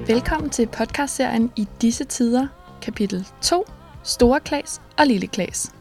Velkommen til podcastserien I disse tider, kapitel 2, Store Klaas og Lille Klaas.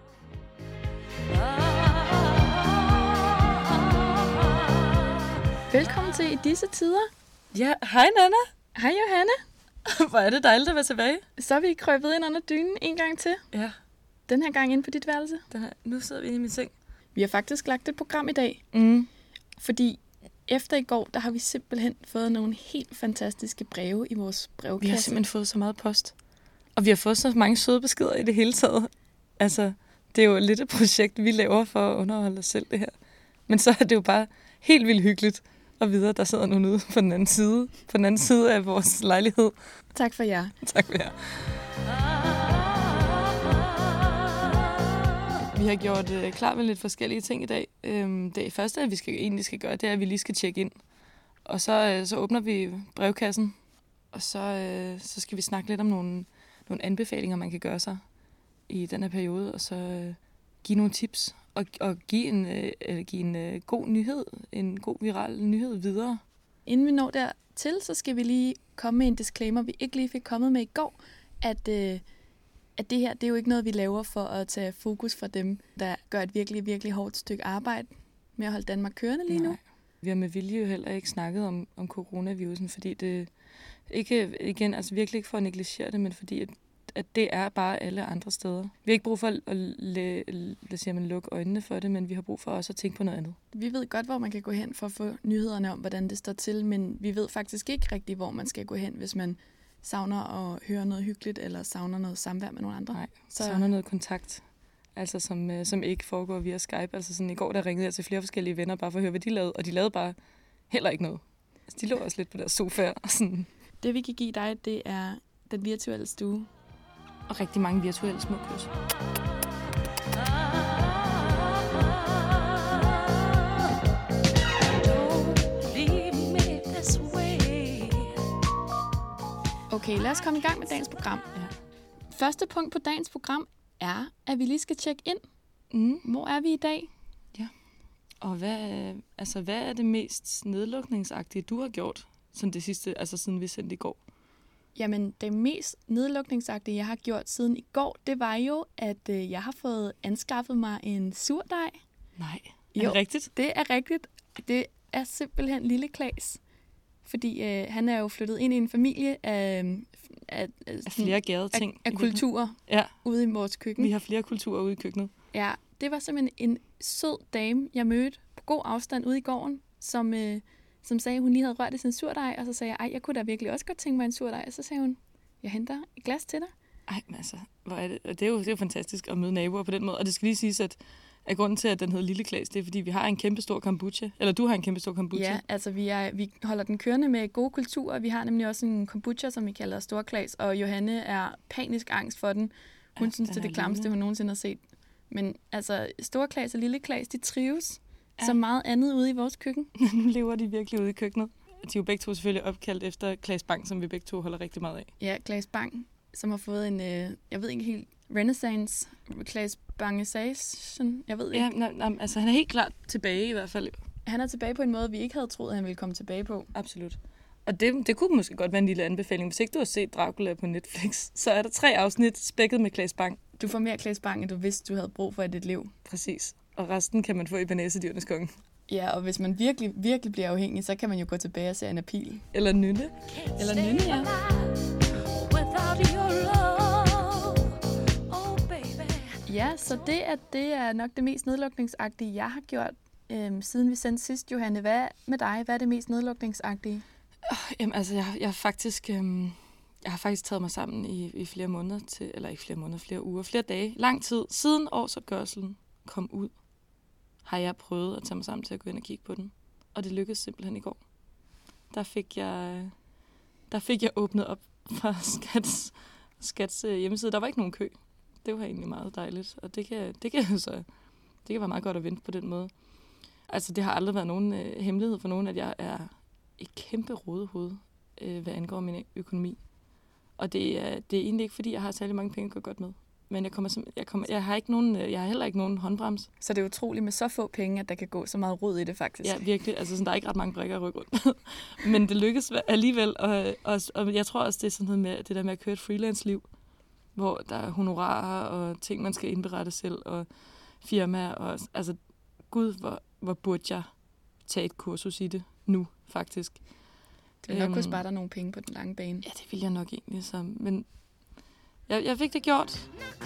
Velkommen til I disse tider. Ja, hej Nana. Hej Johanne. Hvor er det dejligt at være tilbage. Så er vi krøbet ind under dynen en gang til. Ja. Den her gang inde på dit værelse. Nu sidder vi inde i min seng. Vi har faktisk lagt et program i dag. Fordi efter i går, der har vi simpelthen fået nogle helt fantastiske breve i vores brevkasse. Vi har simpelthen fået så meget post. Og vi har fået så mange søde beskeder i det hele taget. Altså, det er jo lidt et projekt, vi laver for at underholde os selv, det her. Men så er det jo bare helt vildt hyggeligt at vide, at der sidder nogen ude på den anden side af vores lejlighed. Tak for jer. Tak for jer. Vi har gjort klar med lidt forskellige ting i dag. Det første, vi egentlig skal gøre, det er, at vi lige skal tjekke ind. Og så åbner vi brevkassen, og så skal vi snakke lidt om nogle anbefalinger, man kan gøre sig i den her periode, og så give nogle tips og give en god nyhed, en god viral nyhed videre. Inden vi når dertil, så skal vi lige komme med en disclaimer, vi ikke lige fik kommet med i går, at det her, det er jo ikke noget, vi laver for at tage fokus fra dem, der gør et virkelig, virkelig hårdt stykke arbejde med at holde Danmark kørende lige nu. Nej. Vi har med vilje jo heller ikke snakket om coronavirusen, fordi det ikke, igen, altså virkelig ikke for at negligere det, men fordi at det er bare alle andre steder. Vi har ikke brug for at lukke øjnene for det, men vi har brug for også at tænke på noget andet. Vi ved godt, hvor man kan gå hen for at få nyhederne om, hvordan det står til, men vi ved faktisk ikke rigtigt, hvor man skal gå hen, hvis man savner at høre noget hyggeligt, eller savner noget samvær med nogle andre. Nej, savner noget kontakt, altså som ikke foregår via Skype. Altså sådan i går, der ringede jeg til flere forskellige venner, bare for at høre, hvad de lavede, og de lavede bare heller ikke noget. Altså, de lå også lidt på deres sofaer. Og sådan. Det vi kan give dig, det er den virtuelle stue. Og rigtig mange virtuelle små kys. Okay, lad os komme i gang med dagens program. Ja. Første punkt på dagens program er, at vi lige skal tjekke ind. Hvor er vi i dag? Ja. Og hvad er det mest nedlukningsagtige, du har gjort sådan det sidste, altså siden vi sendte i går? Jamen, det mest nedlukningsagtige, jeg har gjort siden i går, det var jo, at jeg har fået anskaffet mig en surdej. Nej, er det rigtigt? Det er rigtigt. Det er simpelthen Lille Klaas. Fordi han er jo flyttet ind i en familie af flere gærede ting. Af kulturer ude i vores køkken. Vi har flere kulturer ude i køkkenet. Ja, det var simpelthen en sød dame, jeg mødte på god afstand ude i gården, som sagde, at hun lige havde rørt i sin surdej, og så sagde jeg kunne da virkelig også godt tænke mig en surdej. Og så sagde hun, jeg henter et glas til dig. Ej, men altså, hvor er det? Det er jo fantastisk at møde naboer på den måde. Og det skal lige siges, at grunden til, at den hedder Lille Klaas, det er, fordi vi har en kæmpe stor kombucha. Eller du har en kæmpe stor kombucha. Ja, altså vi holder den kørende med gode kulturer. Vi har nemlig også en kombucha, som vi kalder Store Klaas, og Johanne er panisk angst for den. Hun synes, det er det klamste, hun nogensinde har set. Men altså, Store Klaas og Lille Klaas, de trives så meget andet ude i vores køkken. Nu lever de virkelig ude i køkkenet. De er jo begge to selvfølgelig opkaldt efter Klaas Bang, som vi begge to holder rigtig meget af. Ja, Klaas Bang, som har fået en, jeg ved ikke helt, renaissance, Klaas Bangisation, jeg ved ikke. Ja, altså han er helt klart tilbage i hvert fald. Han er tilbage på en måde, vi ikke havde troet, han ville komme tilbage på. Absolut. Og det kunne måske godt være en lille anbefaling. Hvis ikke du har set Dracula på Netflix, så er der 3 afsnit spækket med Klaas Bang. Du får mere Klaas Bang, end du vidste, du havde brug for i dit liv. Præcis. Og resten kan man få i Banæsedyrenes Konge. Ja, og hvis man virkelig, virkelig bliver afhængig, så kan man jo gå tilbage og se Anna Pihl. Eller Nynne. Ja. Ja, så det er nok det mest nedlukningsagtige, jeg har gjort, siden vi sendte sidst, Johanne. Hvad med dig? Hvad er det mest nedlukningsagtige? Jamen, altså, jeg har faktisk taget mig sammen i flere måneder flere uger, flere dage, lang tid siden årsopgørelsen kom ud, har jeg prøvet at tage mig sammen til at gå ind og kigge på den. Og det lykkedes simpelthen i går. Der fik jeg åbnet op fra Skats hjemmeside. Der var ikke nogen kø. Det var egentlig meget dejligt, og det kan være meget godt at vente på den måde. Altså, det har aldrig været nogen hemmelighed for nogen, at jeg er et kæmpe rodehoved, hvad angår min økonomi. Og det er egentlig ikke, fordi jeg har særlig mange penge at gå godt med. Men jeg har heller ikke nogen håndbremse. Så det er utroligt med så få penge, at der kan gå så meget rod i det, faktisk. Ja, virkelig. Altså, sådan, der er ikke ret mange brikker at rykke rundt. Men det lykkes alligevel. Og jeg tror også, det er sådan noget med det der med at køre et freelance-liv, hvor der er honorarer og ting, man skal indberette selv, og firmaer. Og, altså, gud, hvor burde jeg tage et kursus i det nu, faktisk. Det vil nok kunne spare dig nogle penge på den lange bane. Ja, det vil jeg nok egentlig. Så. Men jeg fik det gjort.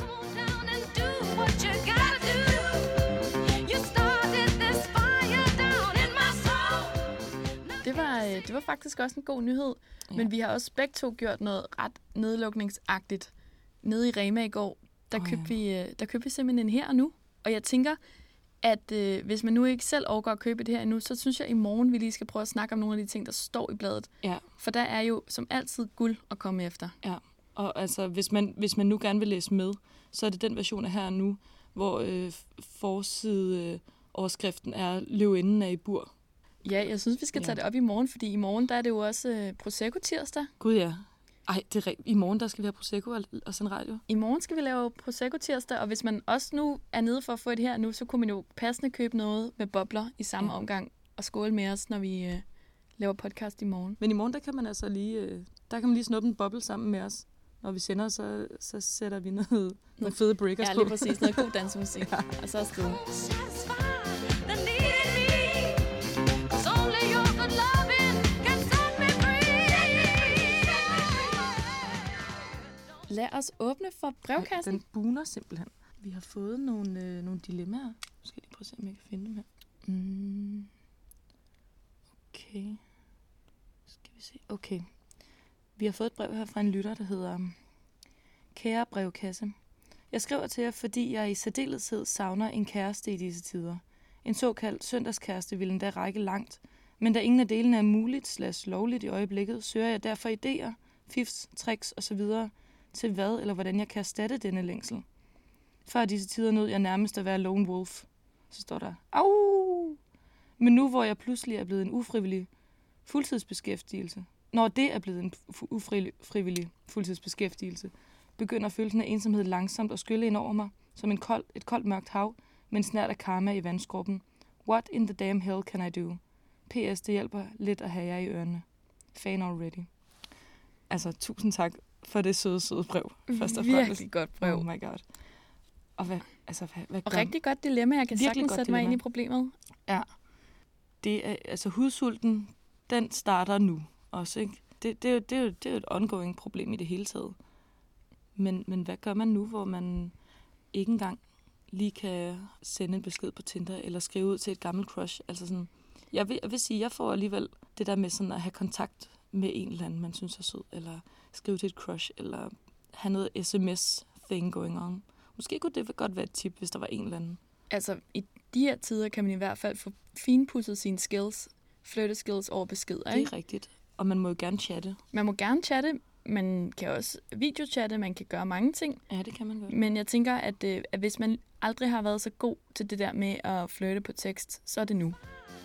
Det var faktisk også en god nyhed. Ja. Men vi har også begge to gjort noget ret nedlukningsagtigt. Nede i Rema i går, der købte vi simpelthen en her og nu. Og jeg tænker, at hvis man nu ikke selv overgår at købe det her endnu, så synes jeg, at i morgen vi lige skal prøve at snakke om nogle af de ting, der står i bladet. Ja. For der er jo som altid guld at komme efter. Ja, og altså, hvis man nu gerne vil læse med, så er det den version af her og nu, hvor forside-overskriften er løvinden er i bur. Ja, jeg synes, vi skal tage det op i morgen, fordi i morgen der er det jo også Prosecco-tirsdag. Gud ja. Ej, det er i morgen, der skal vi have Prosecco og sådan radio. I morgen skal vi lave Prosecco-tirsdag, og hvis man også nu er nede for at få et her nu, så kunne man jo passende købe noget med bobler i samme omgang og skåle med os, når vi laver podcast i morgen. Men i morgen, der kan man altså lige snuppe en boble sammen med os. Når vi sender, så sætter vi noget fede breakers på. Ja, lige præcis. Noget god dansemusik. Ja. Og så er det. Lad os åbne for brevkassen. Den buner simpelthen. Vi har fået nogle dilemmaer. Nu skal jeg lige prøve at se, om jeg kan finde dem her. Okay. Skal vi se. Okay. Vi har fået et brev her fra en lytter, der hedder: Kære brevkasse. Jeg skriver til jer, fordi jeg i særdeleshed savner en kæreste i disse tider. En såkaldt søndagskæreste vil endda række langt, men da ingen af delene er muligt/lovligt i øjeblikket, søger jeg derfor idéer, fifs, tricks osv. til hvad eller hvordan jeg kan erstatte denne længsel. Før disse tider nød jeg nærmest at være lone wolf. Så står der: Au! Men nu hvor jeg pludselig er blevet en ufrivillig fuldtidsbeskæftigelse, når det er blevet en ufrivillig fuldtidsbeskæftigelse, begynder følelsen af ensomhed langsomt at skylle ind over mig, som et koldt mørkt hav, med en snert af karma i vandskorpen. What in the damn hell can I do? PS, det hjælper lidt at have jer i ørerne. Fan already. Altså, tusind tak for det søde brev. Først og fremmest. Virkelig godt brev. Oh my god. Og hvad og rigtig godt dilemma. Jeg kan sagtens sætte mig ind i problemet. Ja. Det er, altså hudsulten, den starter nu også, ikke? Det er jo et ongoing problem i det hele taget. Men hvad gør man nu, hvor man ikke engang lige kan sende en besked på Tinder, eller skrive ud til et gammelt crush? Altså sådan, jeg vil sige, jeg får alligevel det der med sådan at have kontakt med en eller anden, man synes er sød, eller skrive til et crush, eller have noget sms-thing going on. Måske kunne det godt være et tip, hvis der var en eller anden. Altså, i de her tider kan man i hvert fald få finpudset sine skills, flytte-skills over beskeder, ikke? Det er rigtigt. Og man må jo gerne chatte. Man må gerne chatte. Man kan også videochatte, man kan gøre mange ting. Ja, det kan man godt. Men jeg tænker, at hvis man aldrig har været så god til det der med at flytte på tekst, så er det nu.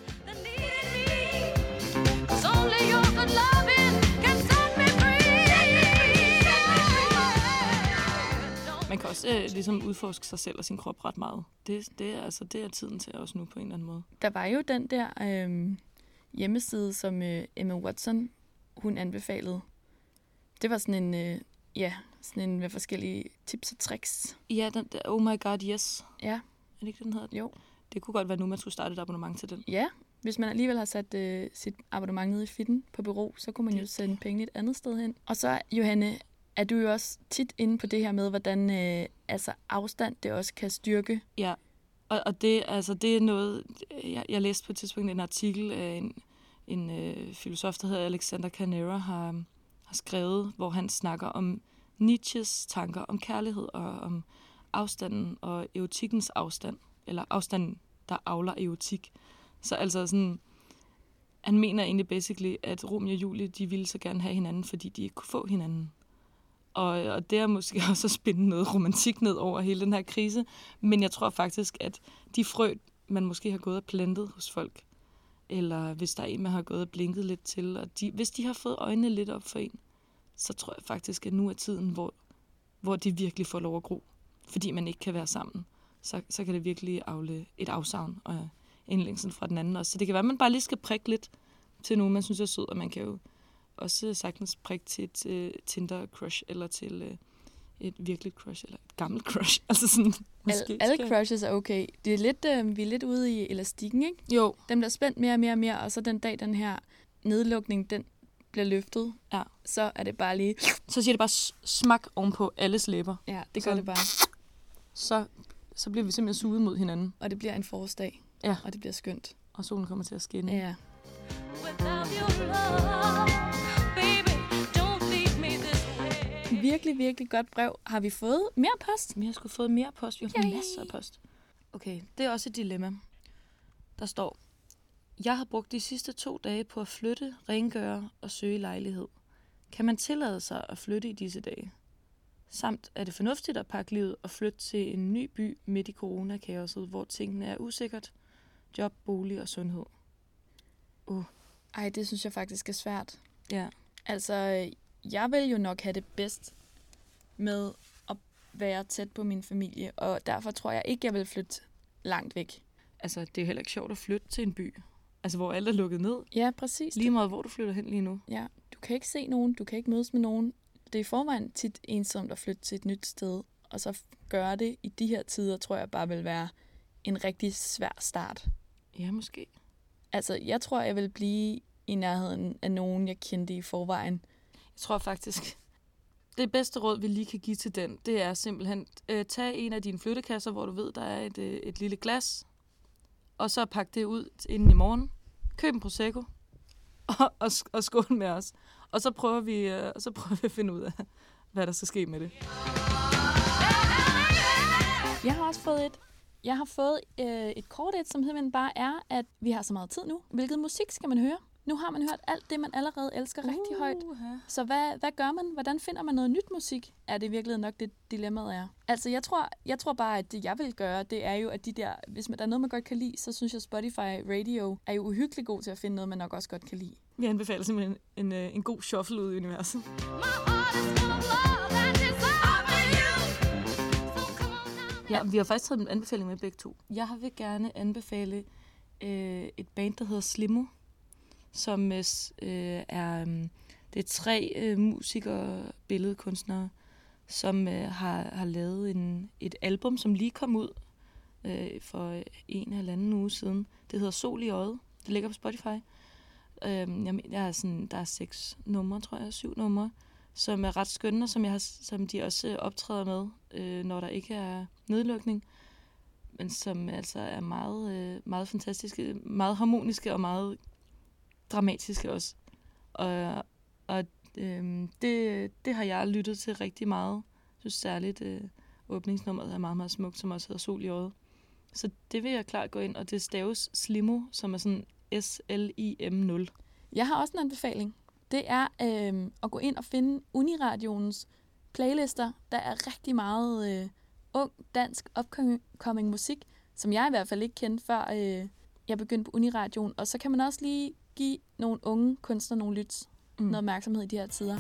Man kan også ligesom udforske sig selv og sin krop ret meget. Det er tiden til også nu på en eller anden måde. Der var jo den der hjemmeside, som Emma Watson, hun anbefalede. Det var sådan en med forskellige tips og tricks. Ja, oh my god, yes. Ja. Er det ikke den hedder? Jo. Det kunne godt være nu, man skulle starte et abonnement til den. Ja, hvis man alligevel har sat sit abonnement nede i fitten på bureau, så kunne man jo sende penge et andet sted hen. Og så, Johanne, er du jo også tit inde på det her med, hvordan afstand det også kan styrke. Ja, og det er noget, jeg læste på et tidspunkt en artikel af en filosof, der hedder Alexander Canera, har skrevet, hvor han snakker om Nietzsches tanker om kærlighed og om afstanden og erotikkens afstand, eller afstanden, der avler erotik. Så altså sådan, han mener egentlig basically, at Romeo og Julie, de ville så gerne have hinanden, fordi de ikke kunne få hinanden. Og det er måske også at spænde noget romantik ned over hele den her krise. Men jeg tror faktisk, at de frø, man måske har gået og plantet hos folk, eller hvis der er en, man har gået og blinket lidt til, og hvis de har fået øjnene lidt op for en, så tror jeg faktisk, at nu er tiden, hvor de virkelig får lov at gro. fordi man ikke kan være sammen, så kan det virkelig afle et afsavn og en længsel fra den anden også. Så det kan være, at man bare lige skal prikke lidt til nogen, man synes er sød, og man kan jo også sagtens prikke til et Tinder-crush, eller til et virkeligt crush, eller et gammelt crush. Altså sådan, alle crushes er okay. Det er lidt, vi er lidt ude i elastikken, ikke? Jo. Den bliver spændt mere og mere og mere, og så den dag, den her nedlukning, den bliver løftet, ja. Så er det bare lige... Så siger det bare smak ovenpå alles læber. Ja, det gør det bare. Så bliver vi simpelthen suget mod hinanden. Og det bliver en forårsdag. Ja. Og det bliver skønt. Og solen kommer til at skinne. Ja. Virkelig, virkelig godt brev. Har vi fået mere post? Vi har sgu fået mere post. Vi har fået masser af post. Okay, det er også et dilemma. Der står: Jeg har brugt de sidste 2 dage på at flytte, rengøre og søge lejlighed. Kan man tillade sig at flytte i disse dage? Samt er det fornuftigt at pakke livet og flytte til en ny by midt i coronakaoset, hvor tingene er usikkert? Job, bolig og sundhed. Ej, det synes jeg faktisk er svært. Ja. Altså, jeg vil jo nok have det bedst med at være tæt på min familie, og derfor tror jeg ikke, jeg vil flytte langt væk. Altså, det er heller ikke sjovt at flytte til en by, altså hvor alt er lukket ned. Ja, præcis. Lige meget, hvor du flytter hen lige nu. Ja, du kan ikke se nogen, du kan ikke mødes med nogen. Det er i forvejen tit ensomt at flytte til et nyt sted, og så gøre det i de her tider, tror jeg bare vil være en rigtig svær start. Ja, måske. Altså, jeg tror, jeg vil blive i nærheden af nogen, jeg kendte i forvejen. Jeg tror faktisk, det bedste råd, vi lige kan give til den, det er simpelthen, tag en af dine flyttekasser, hvor du ved, der er et lille glas, og så pak det ud inden i morgen. Køb en Prosecco, og skål med os. Og så prøver vi at finde ud af, hvad der skal ske med det. Jeg har også fået et kort, som simpelthen bare er, at vi har så meget tid nu. Hvilket musik skal man høre? Nu har man hørt alt det, man allerede elsker rigtig højt. Så hvad gør man? Hvordan finder man noget nyt musik? Er det virkelig nok det dilemmaet er? Altså, jeg tror bare, at det, jeg vil gøre, det er jo, at hvis der er noget, man godt kan lide, så synes jeg, Spotify Radio er jo uhyggeligt god til at finde noget, man nok også godt kan lide. Vi anbefaler simpelthen en god shuffle ud i universet. Ja, vi har faktisk taget en anbefaling med begge to. Jeg vil gerne anbefale et band, der hedder Slimo, som det er 3 musikere, billedkunstnere, som har lavet et album, som lige kom ud for 1,5 uge siden. Det hedder Sol i øjet. Det ligger på Spotify. Der er 6 numre, tror jeg, 7 numre, som er ret skønne, som de også optræder med, når der ikke er nedlukning, men som altså er meget, meget fantastiske, meget harmoniske og meget dramatiske også. Og det har jeg lyttet til rigtig meget. Jeg synes særligt åbningsnummeret er meget, meget smukt, som også hedder Sol i øjet. Så det vil jeg klart gå ind, og det staves Slimo, som er sådan SLIM0. Jeg har også en anbefaling. Det er at gå ind og finde Uniradioens playlister. Der er rigtig meget ung, dansk, upcoming musik, som jeg i hvert fald ikke kendte, før jeg begyndte på Uniradioen. Og så kan man også lige give nogle unge kunstnere nogle lyts. Noget opmærksomhed i de her tider.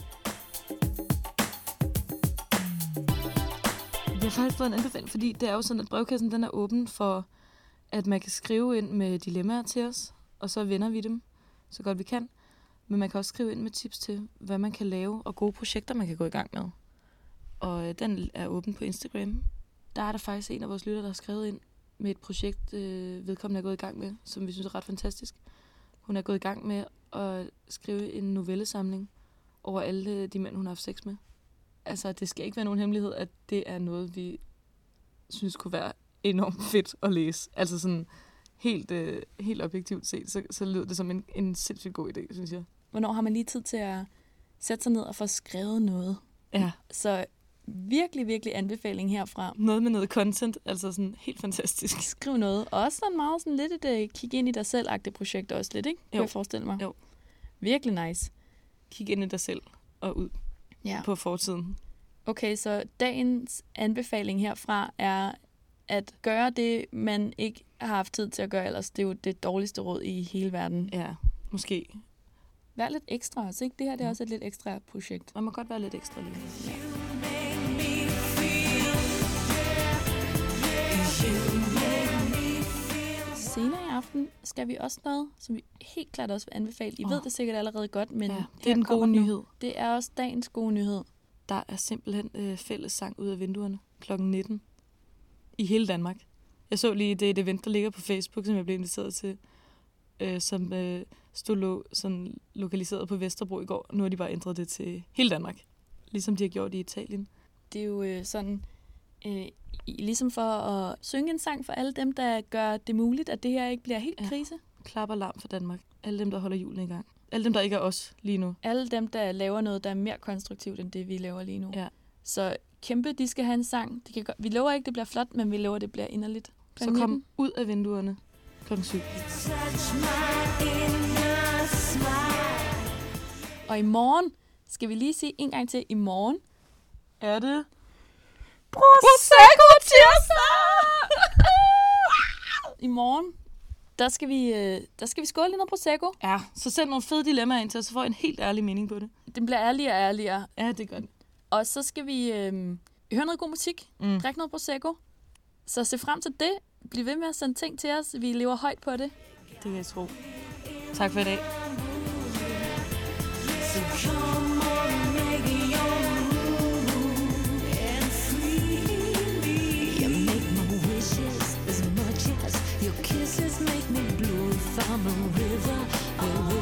Vi har faktisk fået en anbefaling, fordi det er jo sådan, at brevkassen den er åben for, at man kan skrive ind med dilemmaer til os, og så vender vi dem så godt vi kan. Men man kan også skrive ind med tips til, hvad man kan lave, og gode projekter, man kan gå i gang med. Og den er åben på Instagram. Der er der faktisk en af vores lytter, der har skrevet ind med et projekt, vedkommende er gået i gang med, som vi synes er ret fantastisk. Hun er gået i gang med at skrive en novellesamling over alle de mænd, hun har haft sex med. Altså, det skal ikke være nogen hemmelighed, at det er noget, vi synes kunne være enormt fedt at læse. Altså sådan helt objektivt set, så lyder det som en sindssygt god idé, synes jeg. Hvornår har man lige tid til at sætte sig ned og få skrevet noget? Ja. Så virkelig, virkelig anbefaling herfra. Noget med noget content, altså sådan helt fantastisk. Skriv noget. Og også sådan meget sådan lidt et kig ind i dig selv-agtigt projekt også lidt, ikke? Kan jeg forestille mig? Jo. Virkelig nice. Kig ind i dig selv og ud på fortiden. Okay, så dagens anbefaling herfra er at gøre det, man ikke har haft tid til at gøre ellers. Det er jo det dårligste råd i hele verden. Ja, måske. Vær lidt ekstra også, ikke? Det her det er også et lidt ekstra projekt. Man må godt være lidt ekstra lige. Ja. senere i aften skal vi også noget, som vi helt klart også vil anbefale. I ved det sikkert allerede godt, men det er en god nyhed. Det er også dagens gode nyhed. Der er simpelthen fællessang ud af vinduerne kl. 19 i hele Danmark. Jeg så lige det event, der ligger på Facebook, som jeg blev inviteret til, som stod sådan lokaliseret på Vesterbro i går. Nu har de bare ændret det til hele Danmark, ligesom de har gjort i Italien. Det er jo sådan, ligesom for at synge en sang for alle dem, der gør det muligt, at det her ikke bliver helt krise. Klap og larm for Danmark. Alle dem, der holder julen i gang. Alle dem, der ikke er os lige nu. Alle dem, der laver noget, der er mere konstruktivt, end det, vi laver lige nu. Ja. Så kæmpe, de skal have en sang. Vi lover ikke, det bliver flot, men vi lover, det bliver inderligt. Så kom ud af vinduerne kl. 7. Og i morgen, skal vi lige sige en gang til, i morgen er det Prosecco tirsdag! I morgen, der skal vi skåle i noget Prosecco. Ja, så send nogle fede dilemmaer ind til os, så får jeg en helt ærlig mening på det. Den bliver ærligere og ærligere. Ja, det er godt. Og så skal vi høre noget god musik, drikke noget Prosecco. Så se frem til det. Bliv ved med at sende ting til os. Vi lever højt på det. Det kan jeg tro. Tak for i dag. Your kisses make me blue if I'm a river.